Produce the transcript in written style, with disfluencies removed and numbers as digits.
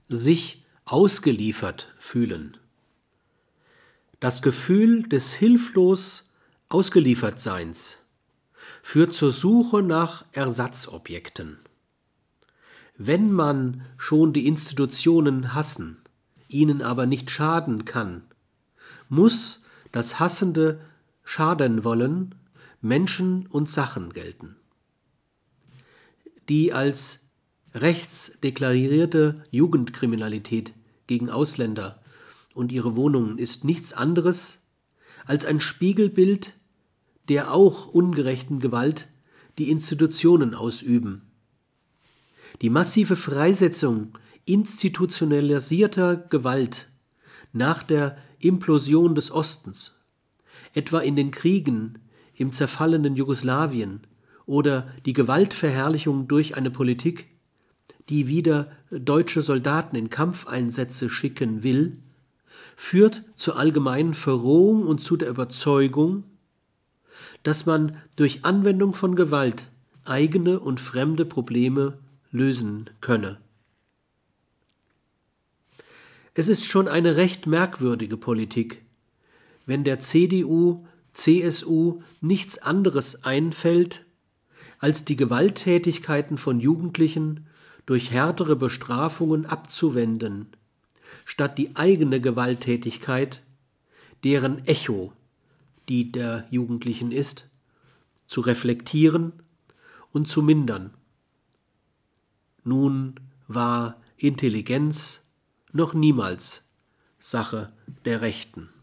sich ausgeliefert fühlen. Das Gefühl des hilflos Ausgeliefertseins führt zur Suche nach Ersatzobjekten. Wenn man schon die Institutionen hassen, ihnen aber nicht schaden kann, muss das Hassende schaden wollen Menschen und Sachen gelten. Die als rechts deklarierte Jugendkriminalität gegen Ausländer und ihre Wohnungen ist nichts anderes als ein Spiegelbild der auch ungerechten Gewalt, die Institutionen ausüben. Die massive Freisetzung institutionalisierter Gewalt nach der Implosion des Ostens, etwa in den Kriegen im zerfallenen Jugoslawien, oder die Gewaltverherrlichung durch eine Politik, die wieder deutsche Soldaten in Kampfeinsätze schicken will, führt zur allgemeinen Verrohung und zu der Überzeugung, dass man durch Anwendung von Gewalt eigene und fremde Probleme lösen könne. Es ist schon eine recht merkwürdige Politik, wenn der CDU, CSU nichts anderes einfällt, als die Gewalttätigkeiten von Jugendlichen durch härtere Bestrafungen abzuwenden, statt die eigene Gewalttätigkeit, deren Echo die der Jugendlichen ist, zu reflektieren und zu mindern. Nun war Intelligenz noch niemals Sache der Rechten.